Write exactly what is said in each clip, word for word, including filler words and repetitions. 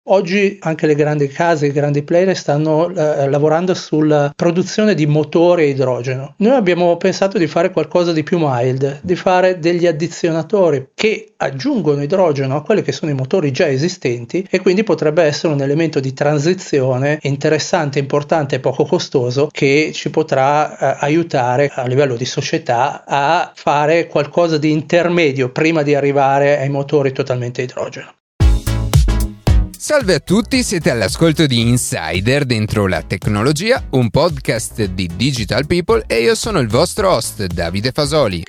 Oggi anche le grandi case, i grandi player stanno eh, lavorando sulla produzione di motori a idrogeno. Noi abbiamo pensato di fare qualcosa di più mild, di fare degli addizionatori che aggiungono idrogeno a quelli che sono i motori già esistenti, e quindi potrebbe essere un elemento di transizione interessante, importante e poco costoso, che ci potrà eh, aiutare a livello di società a fare qualcosa di intermedio prima di arrivare ai motori totalmente a idrogeno. Salve a tutti, siete all'ascolto di Insider dentro la tecnologia, un podcast di Digital People, e io sono il vostro host Davide Fasoli.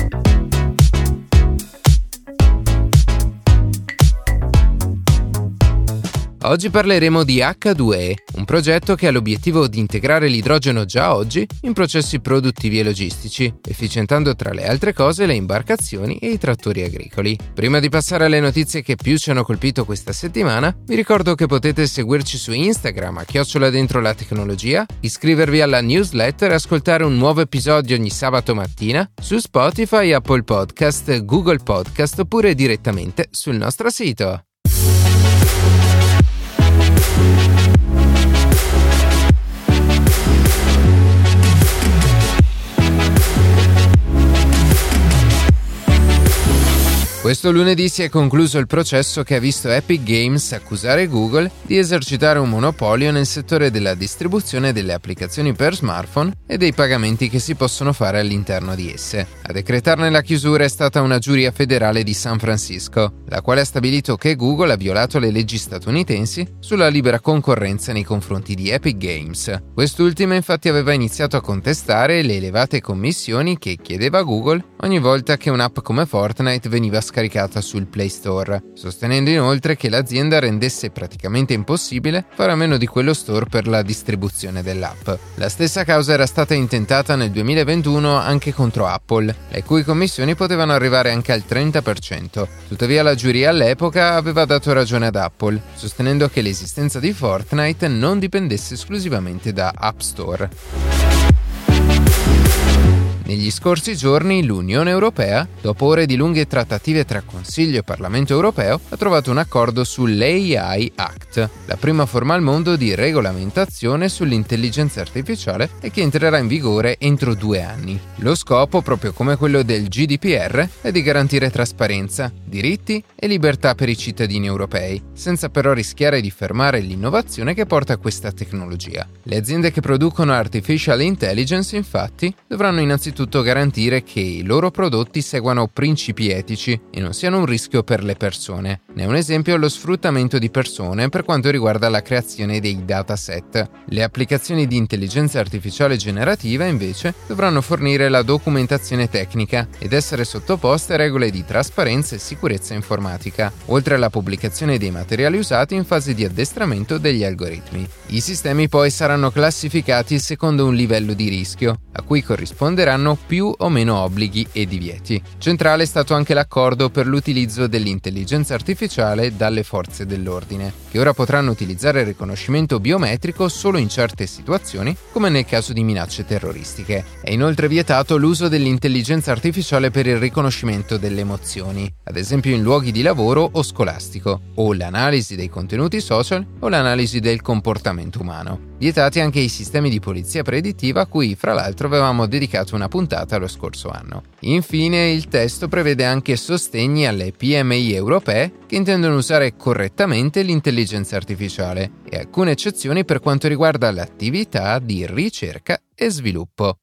Oggi parleremo di acca due e, un progetto che ha l'obiettivo di integrare l'idrogeno già oggi in processi produttivi e logistici, efficientando tra le altre cose le imbarcazioni e i trattori agricoli. Prima di passare alle notizie che più ci hanno colpito questa settimana, vi ricordo che potete seguirci su Instagram a chiocciola dentro la tecnologia, iscrivervi alla newsletter e ascoltare un nuovo episodio ogni sabato mattina su Spotify, Apple Podcast, Google Podcast oppure direttamente sul nostro sito. Questo lunedì si è concluso il processo che ha visto Epic Games accusare Google di esercitare un monopolio nel settore della distribuzione delle applicazioni per smartphone e dei pagamenti che si possono fare all'interno di esse. A decretarne la chiusura è stata una giuria federale di San Francisco, la quale ha stabilito che Google ha violato le leggi statunitensi sulla libera concorrenza nei confronti di Epic Games. Quest'ultima infatti aveva iniziato a contestare le elevate commissioni che chiedeva Google ogni volta che un'app come Fortnite veniva scaricata sul Play Store, sostenendo inoltre che l'azienda rendesse praticamente impossibile fare a meno di quello store per la distribuzione dell'app. La stessa causa era stata intentata nel duemilaventuno anche contro Apple, le cui commissioni potevano arrivare anche al trenta per cento. Tuttavia la giuria all'epoca aveva dato ragione ad Apple, sostenendo che l'esistenza di Fortnite non dipendesse esclusivamente da App Store. Negli scorsi giorni l'Unione Europea, dopo ore di lunghe trattative tra Consiglio e Parlamento Europeo, ha trovato un accordo sull'A I Act, la prima forma al mondo di regolamentazione sull'intelligenza artificiale e che entrerà in vigore entro due anni. Lo scopo, proprio come quello del G D P R, è di garantire trasparenza, diritti e libertà per i cittadini europei, senza però rischiare di fermare l'innovazione che porta a questa tecnologia. Le aziende che producono artificial intelligence, infatti, dovranno innanzitutto Innanzitutto garantire che i loro prodotti seguano principi etici e non siano un rischio per le persone. Ne è un esempio lo sfruttamento di persone per quanto riguarda la creazione dei dataset. Le applicazioni di intelligenza artificiale generativa, invece, dovranno fornire la documentazione tecnica ed essere sottoposte a regole di trasparenza e sicurezza informatica, oltre alla pubblicazione dei materiali usati in fase di addestramento degli algoritmi. I sistemi poi saranno classificati secondo un livello di rischio, a cui corrisponderanno più o meno obblighi e divieti. Centrale è stato anche l'accordo per l'utilizzo dell'intelligenza artificiale dalle forze dell'ordine, che ora potranno utilizzare il riconoscimento biometrico solo in certe situazioni, come nel caso di minacce terroristiche. È inoltre vietato l'uso dell'intelligenza artificiale per il riconoscimento delle emozioni, ad esempio in luoghi di lavoro o scolastico, o l'analisi dei contenuti social o l'analisi del comportamento umano. Vietati anche i sistemi di polizia predittiva a cui, fra l'altro, avevamo dedicato una puntata lo scorso anno. Infine, il testo prevede anche sostegni alle P M I europee che intendono usare correttamente l'intelligenza artificiale e alcune eccezioni per quanto riguarda l'attività di ricerca e sviluppo.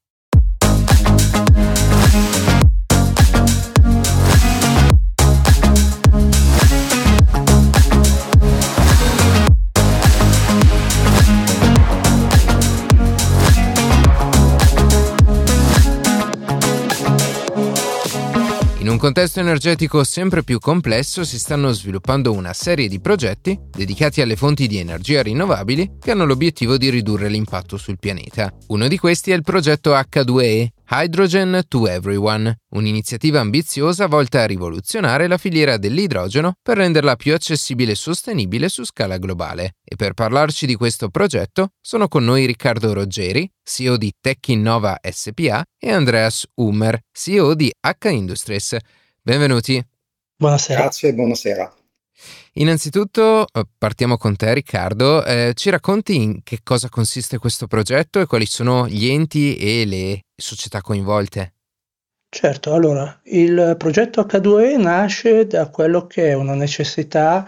In un contesto energetico sempre più complesso si stanno sviluppando una serie di progetti dedicati alle fonti di energia rinnovabili che hanno l'obiettivo di ridurre l'impatto sul pianeta. Uno di questi è il progetto acca due e, Hydrogen to Everyone, un'iniziativa ambiziosa volta a rivoluzionare la filiera dell'idrogeno per renderla più accessibile e sostenibile su scala globale. E per parlarci di questo progetto sono con noi Riccardo Roggeri, C E O di Tech Innova S P A, e Andreas Hummer, C E O di H Industries. Benvenuti. Buonasera. Grazie e buonasera. Innanzitutto eh, partiamo con te Riccardo, eh, ci racconti in che cosa consiste questo progetto e quali sono gli enti e le società coinvolte? Certo, allora il progetto acca due e nasce da quello che è una necessità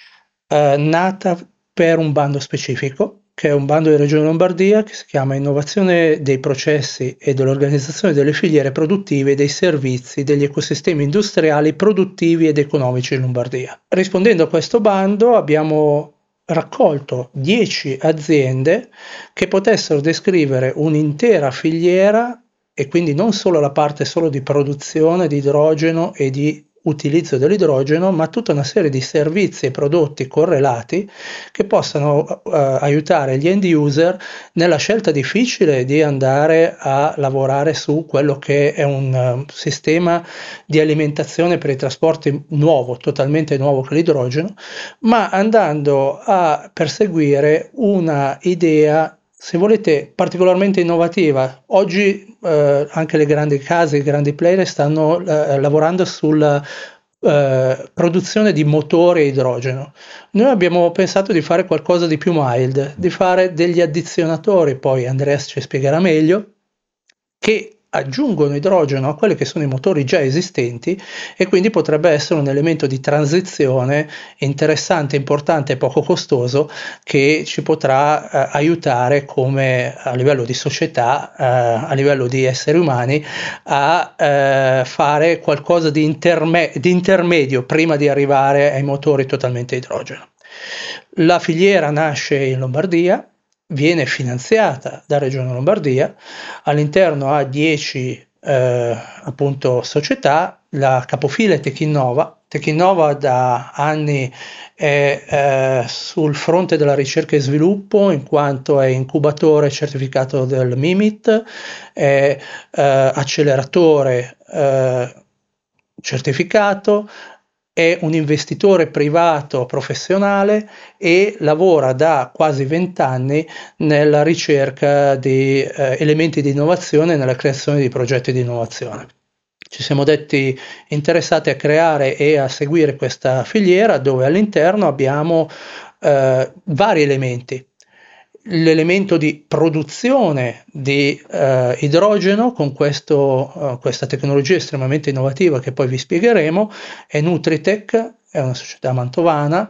eh, nata per un bando specifico, che è un bando di Regione Lombardia che si chiama Innovazione dei processi e dell'organizzazione delle filiere produttive e dei servizi degli ecosistemi industriali produttivi ed economici in Lombardia. Rispondendo a questo bando abbiamo raccolto dieci aziende che potessero descrivere un'intera filiera e quindi non solo la parte solo di produzione di idrogeno e di utilizzo dell'idrogeno, ma tutta una serie di servizi e prodotti correlati che possano eh, aiutare gli end user nella scelta difficile di andare a lavorare su quello che è un uh, sistema di alimentazione per i trasporti nuovo, totalmente nuovo che l'idrogeno, ma andando a perseguire una idea, se volete, particolarmente innovativa. Oggi eh, anche le grandi case, i grandi player stanno eh, lavorando sulla eh, produzione di motori a idrogeno. Noi abbiamo pensato di fare qualcosa di più mild, di fare degli addizionatori, poi Andreas ci spiegherà meglio, che aggiungono idrogeno a quelli che sono i motori già esistenti e quindi potrebbe essere un elemento di transizione interessante, importante e poco costoso che ci potrà eh, aiutare come a livello di società, eh, a livello di esseri umani a eh, fare qualcosa di, interme- di intermedio prima di arrivare ai motori totalmente idrogeno. La filiera nasce in Lombardia, viene finanziata da Regione Lombardia, all'interno ha dieci eh, appunto società, la capofila è Techinnova. Techinnova da anni è eh, sul fronte della ricerca e sviluppo in quanto è incubatore certificato del MIMIT, è eh, acceleratore eh, certificato, è un investitore privato professionale e lavora da quasi vent'anni nella ricerca di eh, elementi di innovazione e nella creazione di progetti di innovazione. Ci siamo detti interessati a creare e a seguire questa filiera dove all'interno abbiamo eh, vari elementi. L'elemento di produzione di eh, idrogeno con questo, uh, questa tecnologia estremamente innovativa che poi vi spiegheremo è Nutritech, è una società mantovana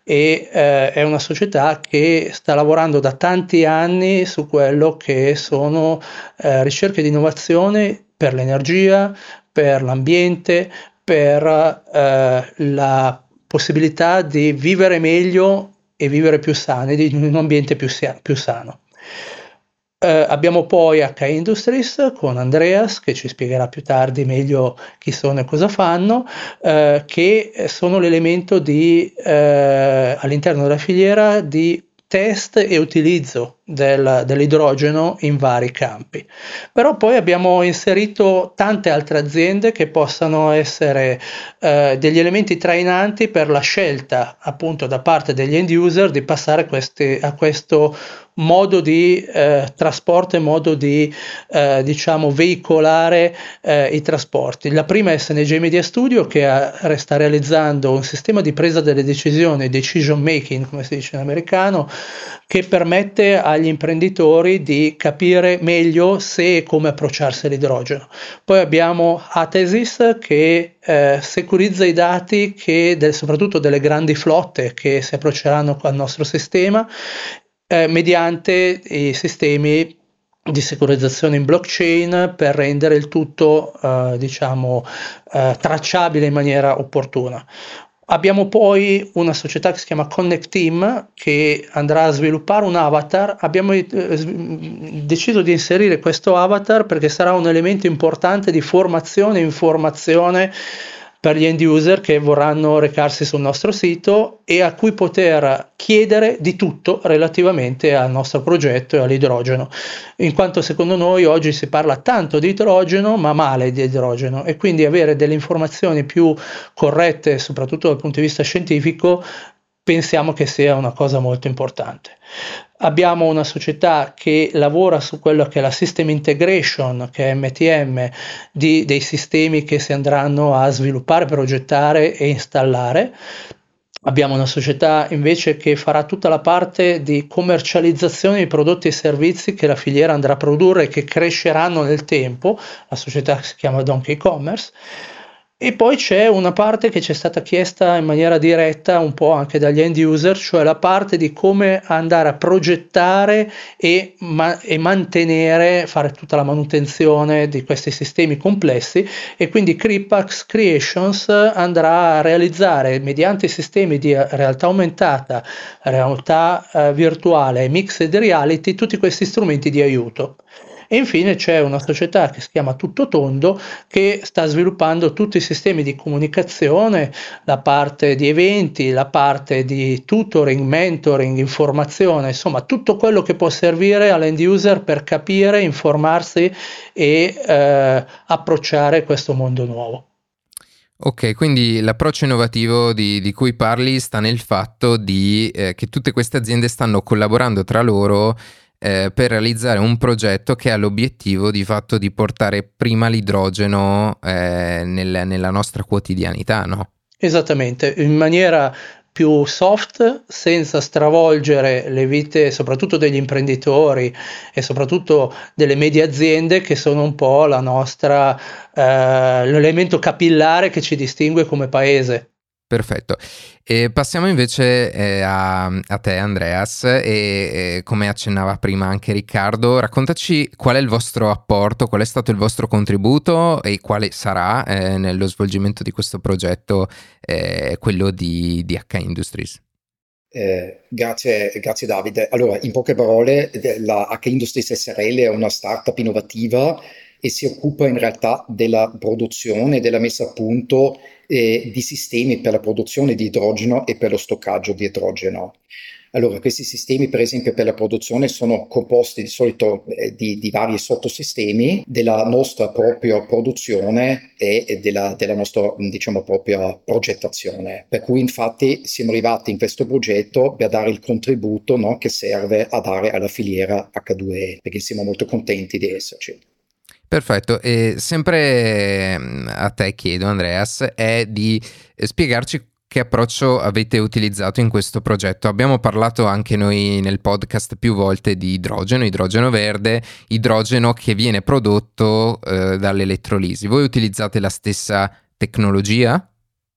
e eh, è una società che sta lavorando da tanti anni su quello che sono eh, ricerche di innovazione per l'energia, per l'ambiente, per eh, la possibilità di vivere meglio e vivere più sani, in un ambiente più, più sano. Eh, abbiamo poi acca i Industries con Andreas che ci spiegherà più tardi meglio chi sono e cosa fanno, eh, che sono l'elemento di, eh, all'interno della filiera di test e utilizzo del, dell'idrogeno in vari campi. Però poi abbiamo inserito tante altre aziende che possano essere eh, degli elementi trainanti per la scelta appunto da parte degli end user di passare questi, a questo modo di eh, trasporto e modo di eh, diciamo veicolare eh, i trasporti. La prima è S N J Media Studio che ha, sta realizzando un sistema di presa delle decisioni, decision making come si dice in americano, che permette agli imprenditori di capire meglio se e come approcciarsi all'idrogeno. Poi abbiamo Athesis che eh, securizza i dati che del, soprattutto delle grandi flotte che si approcceranno al nostro sistema eh, mediante i sistemi di securizzazione in blockchain per rendere il tutto eh, diciamo eh, tracciabile in maniera opportuna. Abbiamo poi una società che si chiama Connect Team che andrà a sviluppare un avatar. Abbiamo eh, deciso di inserire questo avatar perché sarà un elemento importante di formazione e informazione per gli end user che vorranno recarsi sul nostro sito e a cui poter chiedere di tutto relativamente al nostro progetto e all'idrogeno, in quanto secondo noi oggi si parla tanto di idrogeno ma male di idrogeno e quindi avere delle informazioni più corrette soprattutto dal punto di vista scientifico pensiamo che sia una cosa molto importante. Abbiamo una società che lavora su quello che è la system integration, che è M T M, di, dei sistemi che si andranno a sviluppare, progettare e installare. Abbiamo una società invece che farà tutta la parte di commercializzazione di prodotti e servizi che la filiera andrà a produrre e che cresceranno nel tempo, la società si chiama Donkey Commerce. E poi c'è una parte che ci è stata chiesta in maniera diretta un po' anche dagli end user, cioè la parte di come andare a progettare e, ma- e mantenere, fare tutta la manutenzione di questi sistemi complessi, e quindi Cripax Creations andrà a realizzare mediante sistemi di realtà aumentata, realtà eh, virtuale e mixed reality tutti questi strumenti di aiuto. E infine c'è una società che si chiama Tuttotondo che sta sviluppando tutti i sistemi di comunicazione, la parte di eventi, la parte di tutoring, mentoring, informazione, insomma tutto quello che può servire all'end user per capire, informarsi e eh, approcciare questo mondo nuovo. Ok, quindi l'approccio innovativo di, di cui parli sta nel fatto di, eh, che tutte queste aziende stanno collaborando tra loro eh, per realizzare un progetto che ha l'obiettivo di fatto di portare prima l'idrogeno eh, nel, nella nostra quotidianità, no? Esattamente, in maniera più soft, senza stravolgere le vite soprattutto degli imprenditori e soprattutto delle medie aziende che sono un po' la nostra, eh, l'elemento capillare che ci distingue come paese. Perfetto. E passiamo invece eh, a, a te, Andreas, e, e come accennava prima anche Riccardo, raccontaci qual è il vostro apporto, qual è stato il vostro contributo e quale sarà eh, nello svolgimento di questo progetto, eh, quello di D H Industries. Eh, grazie, grazie Davide. Allora, in poche parole, la H Industries S R L è una startup innovativa e si occupa in realtà della produzione e della messa a punto eh, di sistemi per la produzione di idrogeno e per lo stoccaggio di idrogeno. Allora, questi sistemi, per esempio, per la produzione sono composti di solito eh, di, di vari sottosistemi della nostra propria produzione e, e della, della nostra, diciamo, propria progettazione. Per cui, infatti, siamo arrivati in questo progetto per dare il contributo, no, che serve a dare alla filiera acca due e, perché siamo molto contenti di esserci. Perfetto, e sempre a te chiedo, Andreas, è di spiegarci che approccio avete utilizzato in questo progetto. Abbiamo parlato anche noi nel podcast più volte di idrogeno, idrogeno verde, idrogeno che viene prodotto eh, dall'elettrolisi. Voi utilizzate la stessa tecnologia?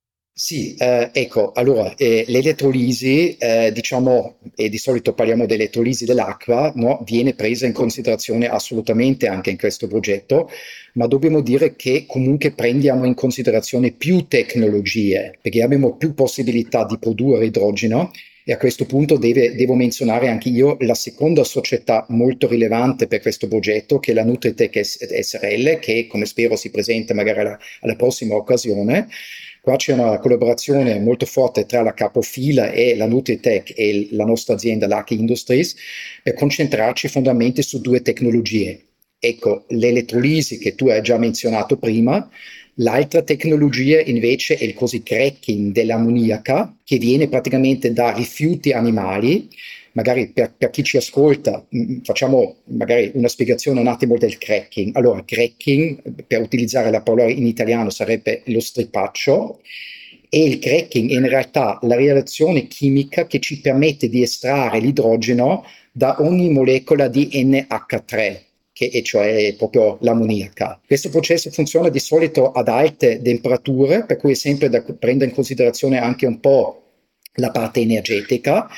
Sì, eh, ecco, allora, eh, l'elettrolisi, eh, diciamo, e di solito parliamo dell'elettrolisi dell'acqua, no? Viene presa in considerazione assolutamente anche in questo progetto, ma dobbiamo dire che comunque prendiamo in considerazione più tecnologie, perché abbiamo più possibilità di produrre idrogeno. E a questo punto deve, devo menzionare anche io la seconda società molto rilevante per questo progetto, che è la Nutritech S R L, che come spero si presenta magari alla, alla prossima occasione. Qua c'è una collaborazione molto forte tra la capofila e la Nutritech e la nostra azienda, l'H Industries, per concentrarci fondamentalmente su due tecnologie. Ecco, l'elettrolisi che tu hai già menzionato prima. L'altra tecnologia invece è il così cracking dell'ammoniaca, che viene praticamente da rifiuti animali. Magari per, per chi ci ascolta mh, facciamo magari una spiegazione un attimo del cracking. Allora, cracking, per utilizzare la parola in italiano, sarebbe lo stripaccio, e il cracking è in realtà la reazione chimica che ci permette di estrarre l'idrogeno da ogni molecola di N H tre. Che è cioè proprio l'ammoniaca. Questo processo funziona di solito ad alte temperature, per cui è sempre da prendere in considerazione anche un po' la parte energetica,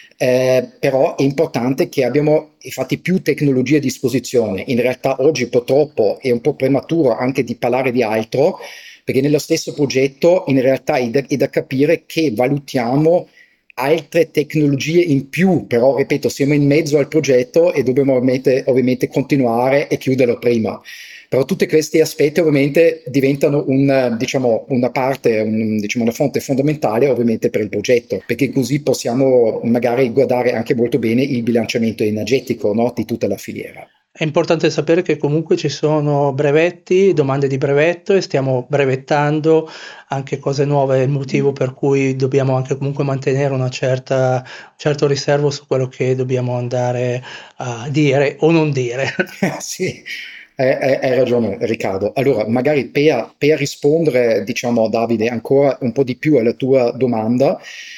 eh, però è importante che abbiamo infatti più tecnologie a disposizione. In realtà oggi purtroppo è un po' prematuro anche di parlare di altro, perché nello stesso progetto in realtà è da, è da capire che valutiamo altre tecnologie in più, però ripeto, siamo in mezzo al progetto e dobbiamo ovviamente, ovviamente continuare e chiuderlo prima. Però tutti questi aspetti ovviamente diventano un, diciamo, una parte, un, diciamo, una fonte fondamentale ovviamente per il progetto, perché così possiamo magari guardare anche molto bene il bilanciamento energetico, no, di tutta la filiera. È importante sapere che comunque ci sono brevetti, domande di brevetto e stiamo brevettando anche cose nuove, il motivo per cui dobbiamo anche comunque mantenere una certa, un certo riservo su quello che dobbiamo andare a dire o non dire. Sì, hai, hai ragione Riccardo. Allora, magari per, per rispondere, diciamo Davide, ancora un po' di più alla tua domanda,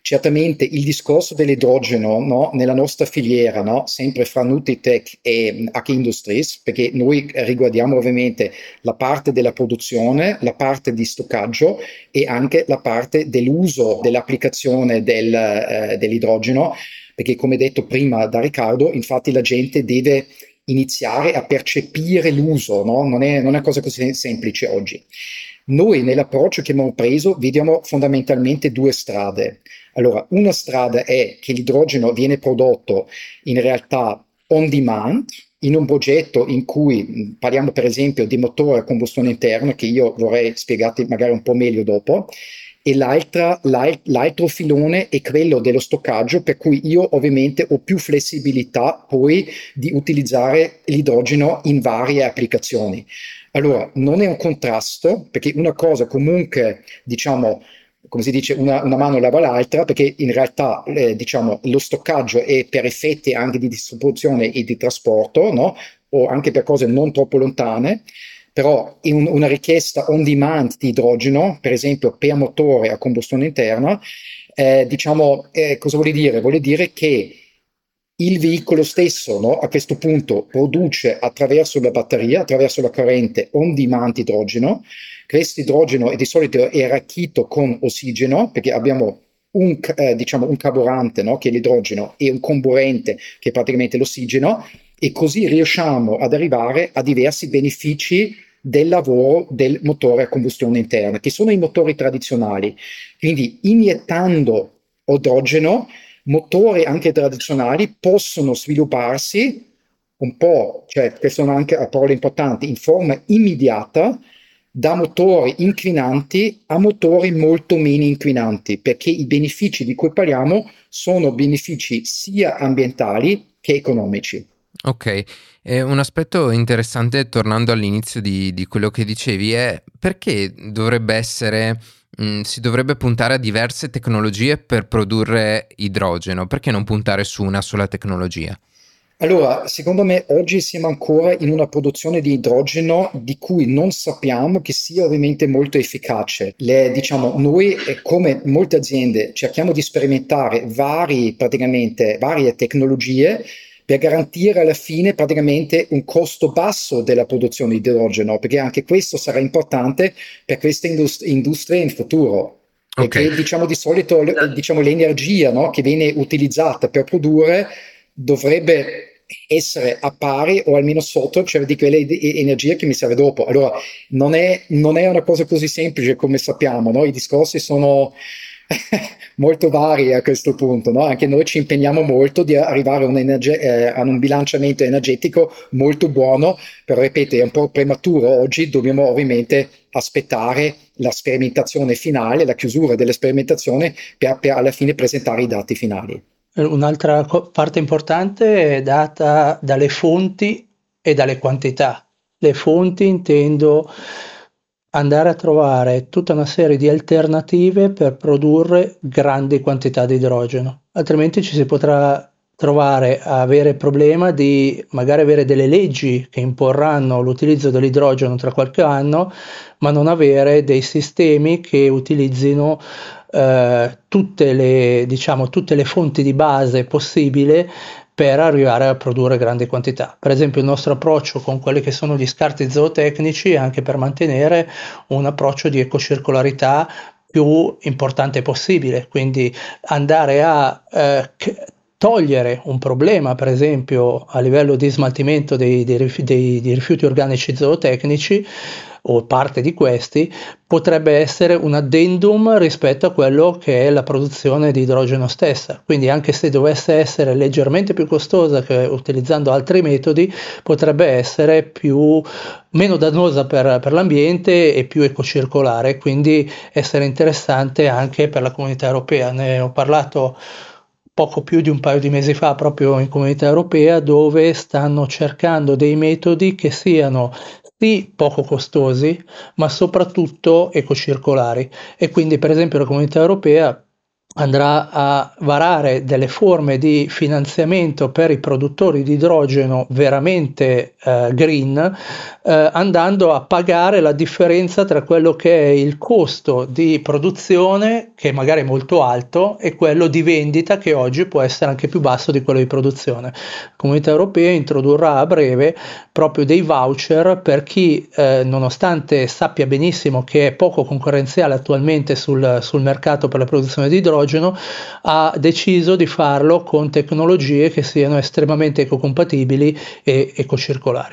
certamente il discorso dell'idrogeno, no, nella nostra filiera, no, sempre fra Nutritech e Hack Industries, perché noi riguardiamo ovviamente la parte della produzione, la parte di stoccaggio e anche la parte dell'uso, dell'applicazione del, eh, dell'idrogeno, perché come detto prima da Riccardo, infatti la gente deve iniziare a percepire l'uso, no? Non è, non è una cosa così semplice oggi. Noi nell'approccio che abbiamo preso vediamo fondamentalmente due strade. Allora, una strada è che l'idrogeno viene prodotto in realtà on demand, in un progetto in cui parliamo per esempio di motore a combustione interna, che io vorrei spiegarti magari un po' meglio dopo, e l'altra, l'altro filone è quello dello stoccaggio, per cui io ovviamente ho più flessibilità poi di utilizzare l'idrogeno in varie applicazioni. Allora, non è un contrasto, perché una cosa comunque, diciamo, come si dice, una, una mano lava l'altra, perché in realtà eh, diciamo, lo stoccaggio è per effetti anche di distribuzione e di trasporto, no? O anche per cose non troppo lontane, però in un, una richiesta on demand di idrogeno, per esempio per motore a combustione interna, eh, diciamo, eh, cosa vuol dire? Vuol dire che il veicolo stesso, no, a questo punto produce attraverso la batteria, attraverso la corrente on demand idrogeno. Questo idrogeno è di solito è arricchito con ossigeno, perché abbiamo un, eh, diciamo, un carburante, no, che è l'idrogeno, e un comburente che è praticamente l'ossigeno, e così riusciamo ad arrivare a diversi benefici del lavoro del motore a combustione interna, che sono i motori tradizionali. Quindi iniettando idrogeno, motori anche tradizionali possono svilupparsi un po', cioè queste sono anche parole importanti, in forma immediata, da motori inquinanti a motori molto meno inquinanti, perché i benefici di cui parliamo sono benefici sia ambientali che economici. Ok, eh, un aspetto interessante, tornando all'inizio di, di quello che dicevi, è perché dovrebbe essere, mh, si dovrebbe puntare a diverse tecnologie per produrre idrogeno, perché non puntare su una sola tecnologia? Allora, secondo me oggi siamo ancora in una produzione di idrogeno di cui non sappiamo che sia ovviamente molto efficace. Le, diciamo, noi, eh, come molte aziende, cerchiamo di sperimentare vari, praticamente, varie tecnologie per garantire alla fine praticamente un costo basso della produzione di idrogeno, perché anche questo sarà importante per queste indust- industrie in futuro. Perché Ok. diciamo di solito diciamo, l'energia, no, che viene utilizzata per produrre dovrebbe essere a pari o almeno sotto, cioè di quelle energie che mi serve dopo. Allora, non è, non è una cosa così semplice come sappiamo, no? I discorsi sono molto vari a questo punto, no? Anche noi ci impegniamo molto di arrivare a un, energe- eh, a un bilanciamento energetico molto buono, però ripeto, è un po' prematuro oggi, dobbiamo ovviamente aspettare la sperimentazione finale, la chiusura della sperimentazione per, per alla fine presentare i dati finali. Un'altra co- parte importante è data dalle fonti e dalle quantità. Le fonti intendo andare a trovare tutta una serie di alternative per produrre grandi quantità di idrogeno, altrimenti ci si potrà trovare a avere il problema di magari avere delle leggi che imporranno l'utilizzo dell'idrogeno tra qualche anno, ma non avere dei sistemi che utilizzino eh, tutte le, diciamo, tutte le fonti di base possibile per arrivare a produrre grandi quantità. Per esempio il nostro approccio con quelli che sono gli scarti zootecnici è anche per mantenere un approccio di ecocircolarità più importante possibile, quindi andare a eh, togliere un problema, per esempio a livello di smaltimento dei, dei, rifiuti, dei, dei rifiuti organici zootecnici o parte di questi, potrebbe essere un addendum rispetto a quello che è la produzione di idrogeno stessa. Quindi anche se dovesse essere leggermente più costosa che utilizzando altri metodi, potrebbe essere più, meno dannosa per, per l'ambiente e più ecocircolare, quindi essere interessante anche per la comunità europea. Ne ho parlato poco più di un paio di mesi fa proprio in comunità europea, dove stanno cercando dei metodi che siano sì poco costosi, ma soprattutto ecocircolari. E quindi per esempio la comunità europea andrà a varare delle forme di finanziamento per i produttori di idrogeno veramente eh, green, eh, andando a pagare la differenza tra quello che è il costo di produzione, che magari è molto alto, e quello di vendita, che oggi può essere anche più basso di quello di produzione. La Comunità Europea introdurrà a breve proprio dei voucher per chi, eh, nonostante sappia benissimo che è poco concorrenziale attualmente sul, sul mercato per la produzione di idrogeno, ha deciso di farlo con tecnologie che siano estremamente ecocompatibili e ecocircolari.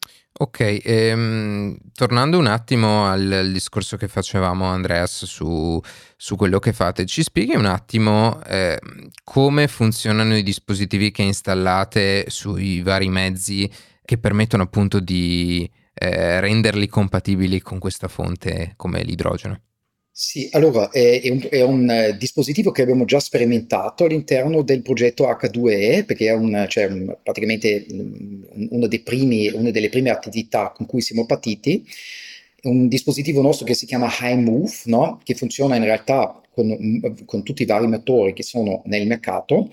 Ok, ehm, tornando un attimo al, al discorso che facevamo, Andreas, su, su quello che fate, ci spieghi un attimo eh, come funzionano i dispositivi che installate sui vari mezzi che permettono appunto di eh, renderli compatibili con questa fonte come l'idrogeno? Sì, allora è, è un, è un, eh, dispositivo che abbiamo già sperimentato all'interno del progetto acca due e, perché è un, cioè, un- praticamente mm, un- uno dei primi, una delle prime attività con cui siamo partiti. È un dispositivo nostro che si chiama HiMove, no? Che funziona in realtà con, mm, con tutti i vari motori che sono nel mercato.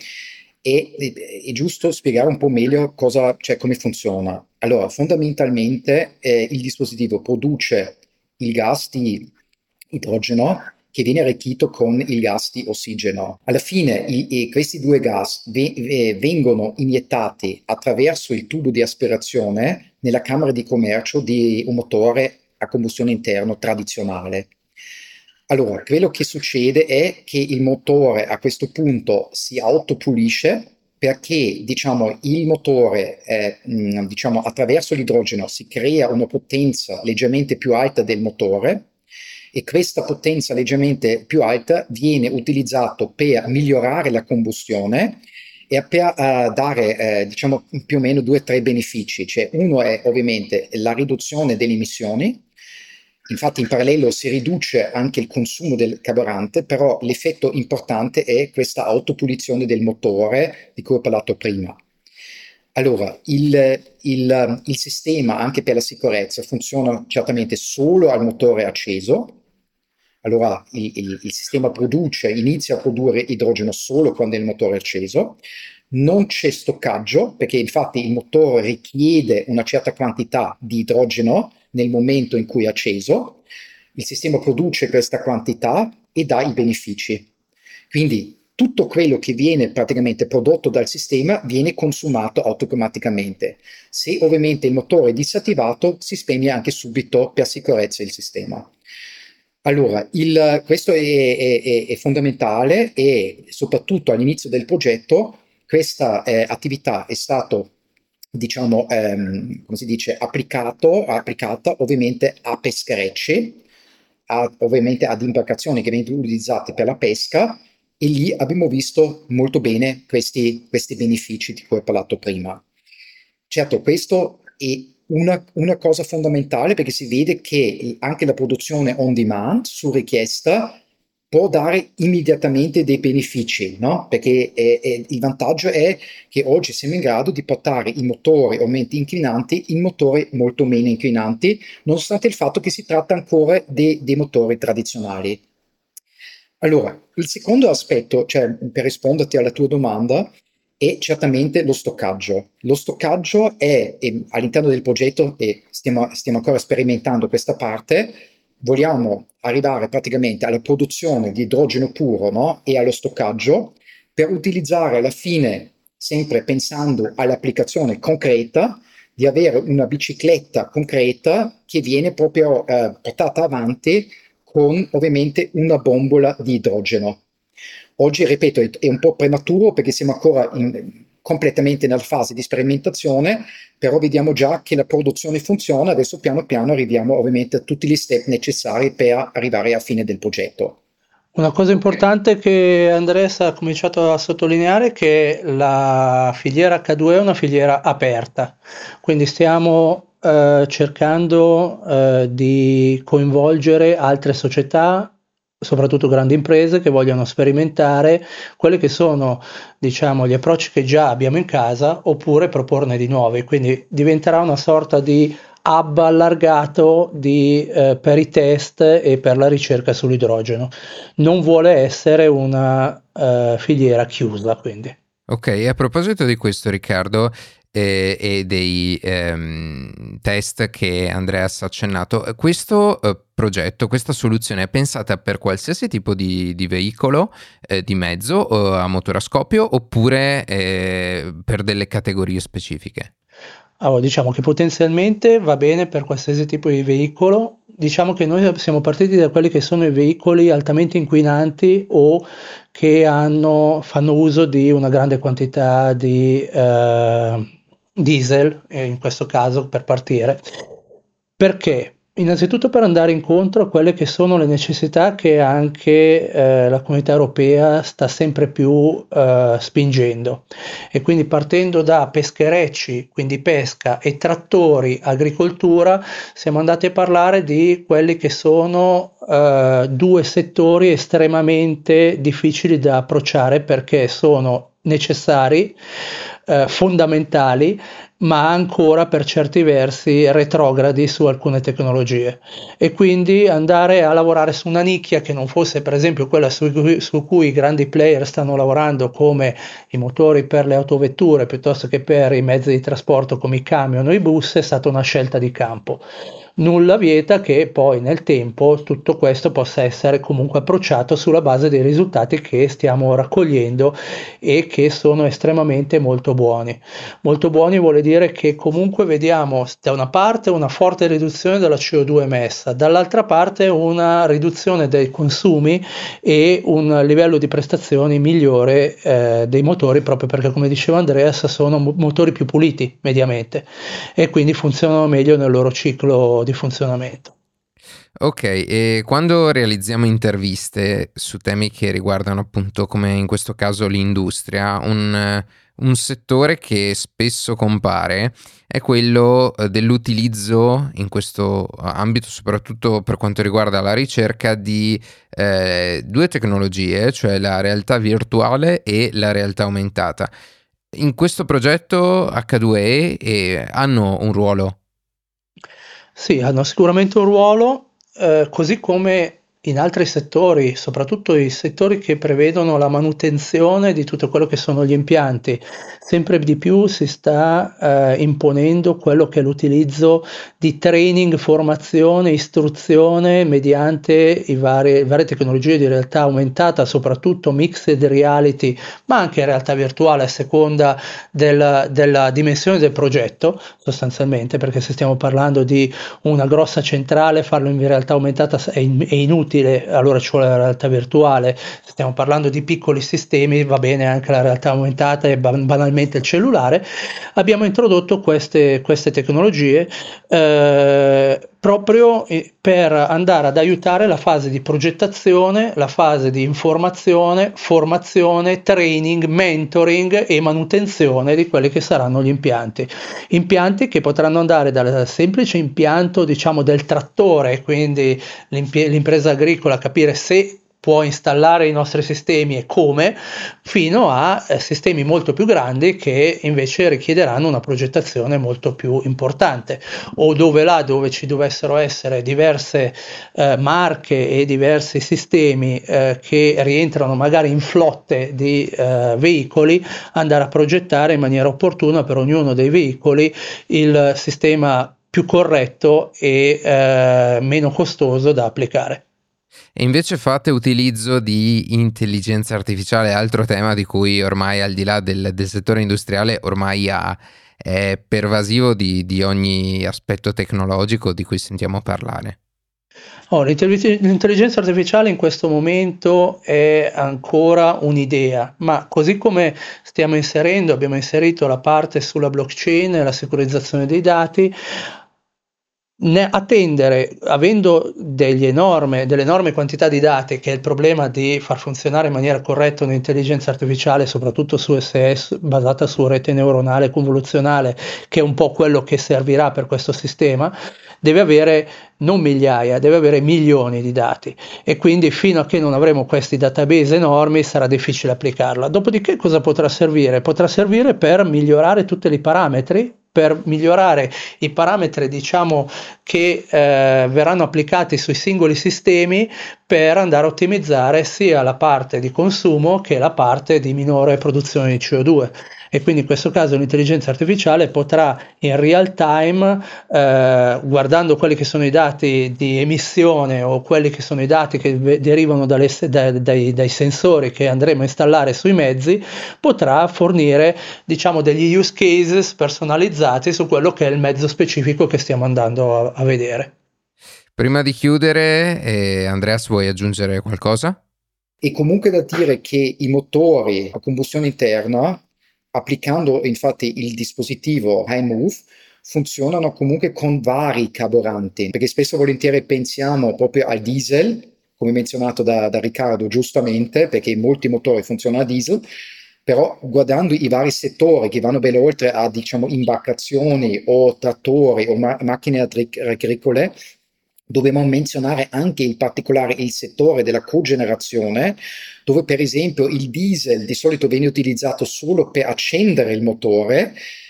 E è, è giusto spiegare un po' meglio cosa, cioè, come funziona. Allora, fondamentalmente eh, il dispositivo produce il gas di idrogeno che viene arricchito con il gas di ossigeno. Alla fine i, i- questi due gas ve- eh, vengono iniettati attraverso il tubo di aspirazione nella camera di commercio di un motore a combustione interna tradizionale. Allora, quello che succede è che il motore a questo punto si autopulisce perché, diciamo, il motore, eh, mh, diciamo, attraverso l'idrogeno si crea una potenza leggermente più alta del motore e questa potenza leggermente più alta viene utilizzata per migliorare la combustione e per uh, dare, eh, diciamo, più o meno due o tre benefici. Cioè, uno è ovviamente la riduzione delle emissioni. Infatti in parallelo si riduce anche il consumo del carburante, però l'effetto importante è questa autopulizione del motore di cui ho parlato prima. Allora, il, il, il sistema anche per la sicurezza funziona certamente solo al motore acceso. Allora il, il- il sistema produce, inizia a produrre idrogeno solo quando il motore è acceso. Non c'è stoccaggio perché infatti il motore richiede una certa quantità di idrogeno nel momento in cui è acceso. Il sistema produce questa quantità e dà i benefici. Quindi tutto quello che viene praticamente prodotto dal sistema viene consumato automaticamente. Se ovviamente il motore è disattivato, si spegne anche subito per sicurezza il sistema. Allora, il- questo è, è- è- è fondamentale e soprattutto all'inizio del progetto questa eh, attività è stata, diciamo, ehm, come si dice, applicato, applicata ovviamente a pescherecci, a- ovviamente ad imbarcazioni che vengono utilizzate per la pesca e lì abbiamo visto molto bene questi, questi benefici di cui ho parlato prima. Certo, questo è una, una cosa fondamentale perché si vede che anche la produzione on demand, su richiesta, può dare immediatamente dei benefici, no? Perché eh, eh, il vantaggio è che oggi siamo in grado di portare i motori aumenti inquinanti in motori molto meno inquinanti, nonostante il fatto che si tratta ancora de- dei motori tradizionali. Allora, il secondo aspetto, cioè per risponderti alla tua domanda, è certamente lo stoccaggio. Lo stoccaggio è, è all'interno del progetto, e stiamo, stiamo ancora sperimentando questa parte, vogliamo arrivare praticamente alla produzione di idrogeno puro, no? E allo stoccaggio per utilizzare alla fine, sempre pensando all'applicazione concreta, di avere una bicicletta concreta che viene proprio eh, portata avanti con ovviamente una bombola di idrogeno. Oggi, ripeto, è, è un po' prematuro perché siamo ancora in, completamente nella fase di sperimentazione, però vediamo già che la produzione funziona, adesso piano piano arriviamo ovviamente a tutti gli step necessari per arrivare a fine del progetto. Una cosa importante che Andres ha cominciato a sottolineare è che la filiera acca due è una filiera aperta, quindi stiamo eh, cercando eh, di coinvolgere altre società, soprattutto grandi imprese che vogliono sperimentare quelli che sono, diciamo, gli approcci che già abbiamo in casa oppure proporne di nuovi, quindi diventerà una sorta di hub allargato di, eh, per i test e per la ricerca sull'idrogeno. Non vuole essere una eh, filiera chiusa, quindi. Ok, a proposito di questo, Riccardo, eh, e dei ehm, test che Andreas ha accennato, questo eh, progetto, questa soluzione è pensata per qualsiasi tipo di, di veicolo, eh, di mezzo eh, a motore a scoppio, oppure eh, per delle categorie specifiche? Allora, diciamo che potenzialmente va bene per qualsiasi tipo di veicolo. Diciamo che noi siamo partiti da quelli che sono i veicoli altamente inquinanti o che hanno, fanno uso di una grande quantità di eh, diesel, eh, in questo caso per partire. Perché? Innanzitutto per andare incontro a quelle che sono le necessità che anche eh, la comunità europea sta sempre più eh, spingendo, e quindi partendo da pescherecci, quindi pesca, e trattori, agricoltura, siamo andati a parlare di quelli che sono eh, due settori estremamente difficili da approcciare perché sono necessari, eh, fondamentali, ma ancora per certi versi retrogradi su alcune tecnologie, e quindi andare a lavorare su una nicchia che non fosse per esempio quella su cui, su cui i grandi player stanno lavorando, come i motori per le autovetture piuttosto che per i mezzi di trasporto come i camion o i bus, è stata una scelta di campo. Nulla vieta che poi nel tempo tutto questo possa essere comunque approcciato sulla base dei risultati che stiamo raccogliendo e che sono estremamente molto buoni. Molto buoni vuol dire che comunque vediamo da una parte una forte riduzione della C O due emessa, dall'altra parte una riduzione dei consumi e un livello di prestazioni migliore eh, dei motori, proprio perché, come diceva Andreas, sono motori più puliti mediamente e quindi funzionano meglio nel loro ciclo di funzionamento. Ok, e quando realizziamo interviste su temi che riguardano appunto, come in questo caso, l'industria, un, un settore che spesso compare è quello dell'utilizzo in questo ambito, soprattutto per quanto riguarda la ricerca, di eh, due tecnologie, cioè la realtà virtuale e la realtà aumentata. In questo progetto acca due e eh, hanno un ruolo? Sì, hanno sicuramente un ruolo, eh, così come in altri settori, soprattutto i settori che prevedono la manutenzione di tutto quello che sono gli impianti. Sempre di più si sta eh, imponendo quello che è l'utilizzo di training, formazione, istruzione mediante i vari, varie tecnologie di realtà aumentata, soprattutto mixed reality, ma anche realtà virtuale a seconda del, della dimensione del progetto, sostanzialmente, perché se stiamo parlando di una grossa centrale, farlo in realtà aumentata è, in, è inutile, allora ci vuole la realtà virtuale. Se stiamo parlando di piccoli sistemi, va bene anche la realtà aumentata e banalmente il cellulare. Abbiamo introdotto queste, queste tecnologie eh, proprio per andare ad aiutare la fase di progettazione, la fase di informazione, formazione, training, mentoring e manutenzione di quelli che saranno gli impianti. Impianti che potranno andare dal semplice impianto, diciamo, del trattore, quindi l'impresa agricola, capire se può installare i nostri sistemi e come, fino a eh, sistemi molto più grandi che invece richiederanno una progettazione molto più importante, o dove là dove ci dovessero essere diverse eh, marche e diversi sistemi eh, che rientrano magari in flotte di eh, veicoli, andare a progettare in maniera opportuna per ognuno dei veicoli il sistema più corretto e eh, meno costoso da applicare. E invece fate utilizzo di intelligenza artificiale, altro tema di cui ormai, al di là del, del settore industriale, ormai ha, è pervasivo di, di ogni aspetto tecnologico di cui sentiamo parlare. Oh, l'intelligenza artificiale in questo momento è ancora un'idea, ma così come stiamo inserendo, abbiamo inserito la parte sulla blockchain e la sicurizzazione dei dati, ne attendere, avendo degli enorme, delle enormi quantità di dati, che è il problema di far funzionare in maniera corretta un'intelligenza artificiale, soprattutto su S S basata su rete neuronale convoluzionale, che è un po' quello che servirà per questo sistema, deve avere non migliaia, deve avere milioni di dati, e quindi fino a che non avremo questi database enormi sarà difficile applicarla. Dopodiché cosa potrà servire? Potrà servire per migliorare tutti i parametri, per migliorare i parametri diciamo che eh, verranno applicati sui singoli sistemi, per andare a ottimizzare sia la parte di consumo che la parte di minore produzione di C O due. E quindi in questo caso l'intelligenza artificiale potrà in real time, eh, guardando quelli che sono i dati di emissione o quelli che sono i dati che derivano dalle, dai, dai, dai sensori che andremo a installare sui mezzi, potrà fornire diciamo degli use cases personalizzati su quello che è il mezzo specifico che stiamo andando a, a vedere. Prima di chiudere, eh, Andreas, vuoi aggiungere qualcosa? È comunque da dire che i motori a combustione interna, applicando infatti il dispositivo iMove, funzionano comunque con vari carburanti, perché spesso e volentieri pensiamo proprio al diesel, come menzionato da, da Riccardo giustamente, perché molti motori funzionano a diesel, però guardando i vari settori che vanno ben oltre a diciamo imbarcazioni o trattori o ma- macchine agricole, dobbiamo menzionare anche in particolare il settore della cogenerazione, dove per esempio il diesel di solito viene utilizzato solo per accendere il motore,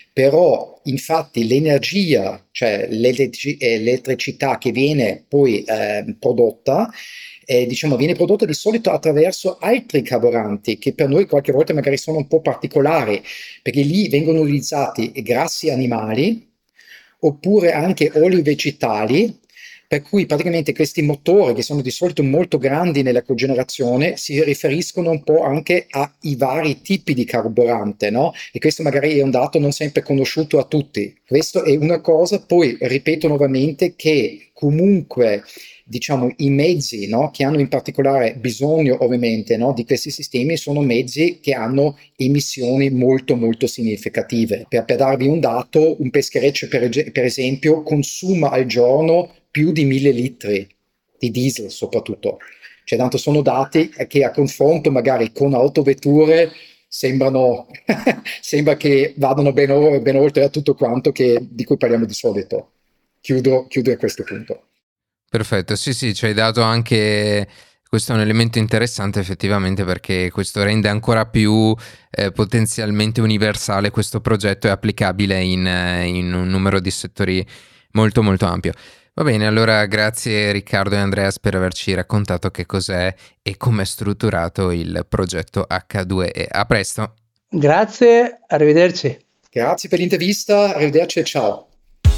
però infatti l'energia, cioè l'elettricità che viene poi eh, prodotta, eh, diciamo viene prodotta di solito attraverso altri carburanti che per noi qualche volta magari sono un po' particolari, perché lì vengono utilizzati grassi animali oppure anche oli vegetali, per cui praticamente questi motori, che sono di solito molto grandi nella cogenerazione, si riferiscono un po' anche ai vari tipi di carburante, no? E questo magari è un dato non sempre conosciuto a tutti. Questo è una cosa. Poi ripeto nuovamente che comunque diciamo i mezzi, no, che hanno in particolare bisogno ovviamente, no, di questi sistemi sono mezzi che hanno emissioni molto molto significative. Per, per darvi un dato, un peschereccio per, per esempio consuma al giorno più di mille litri di diesel soprattutto. Cioè tanto sono dati che a confronto magari con autovetture sembrano sembra che vadano ben, ben oltre a tutto quanto che, di cui parliamo di solito. Chiudo, chiudo a questo punto. Perfetto, sì sì, ci hai dato anche, questo è un elemento interessante effettivamente, perché questo rende ancora più eh, potenzialmente universale questo progetto e applicabile in, in un numero di settori molto molto ampio. Va bene, allora grazie Riccardo e Andreas per averci raccontato che cos'è e come è strutturato il progetto acca due e. A presto. Grazie, arrivederci. Grazie per l'intervista, arrivederci e ciao.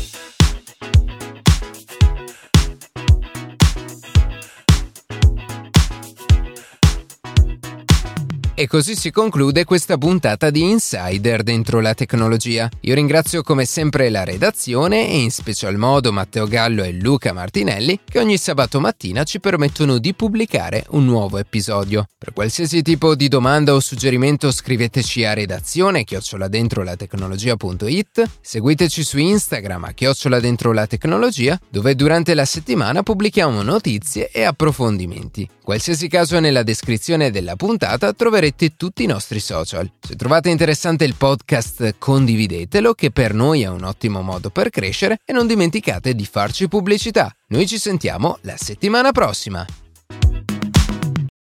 E così si conclude questa puntata di Insider dentro la tecnologia. Io ringrazio come sempre la redazione e in special modo Matteo Gallo e Luca Martinelli, che ogni sabato mattina ci permettono di pubblicare un nuovo episodio. Per qualsiasi tipo di domanda o suggerimento scriveteci a redazione chiocciola dentro la tecnologia punto it, seguiteci su Instagram a chiocciola dentro la tecnologia, dove durante la settimana pubblichiamo notizie e approfondimenti. Qualsiasi caso, nella descrizione della puntata troverete tutti i nostri social. Se trovate interessante il podcast, condividetelo, che per noi è un ottimo modo per crescere, e non dimenticate di farci pubblicità. Noi ci sentiamo la settimana prossima.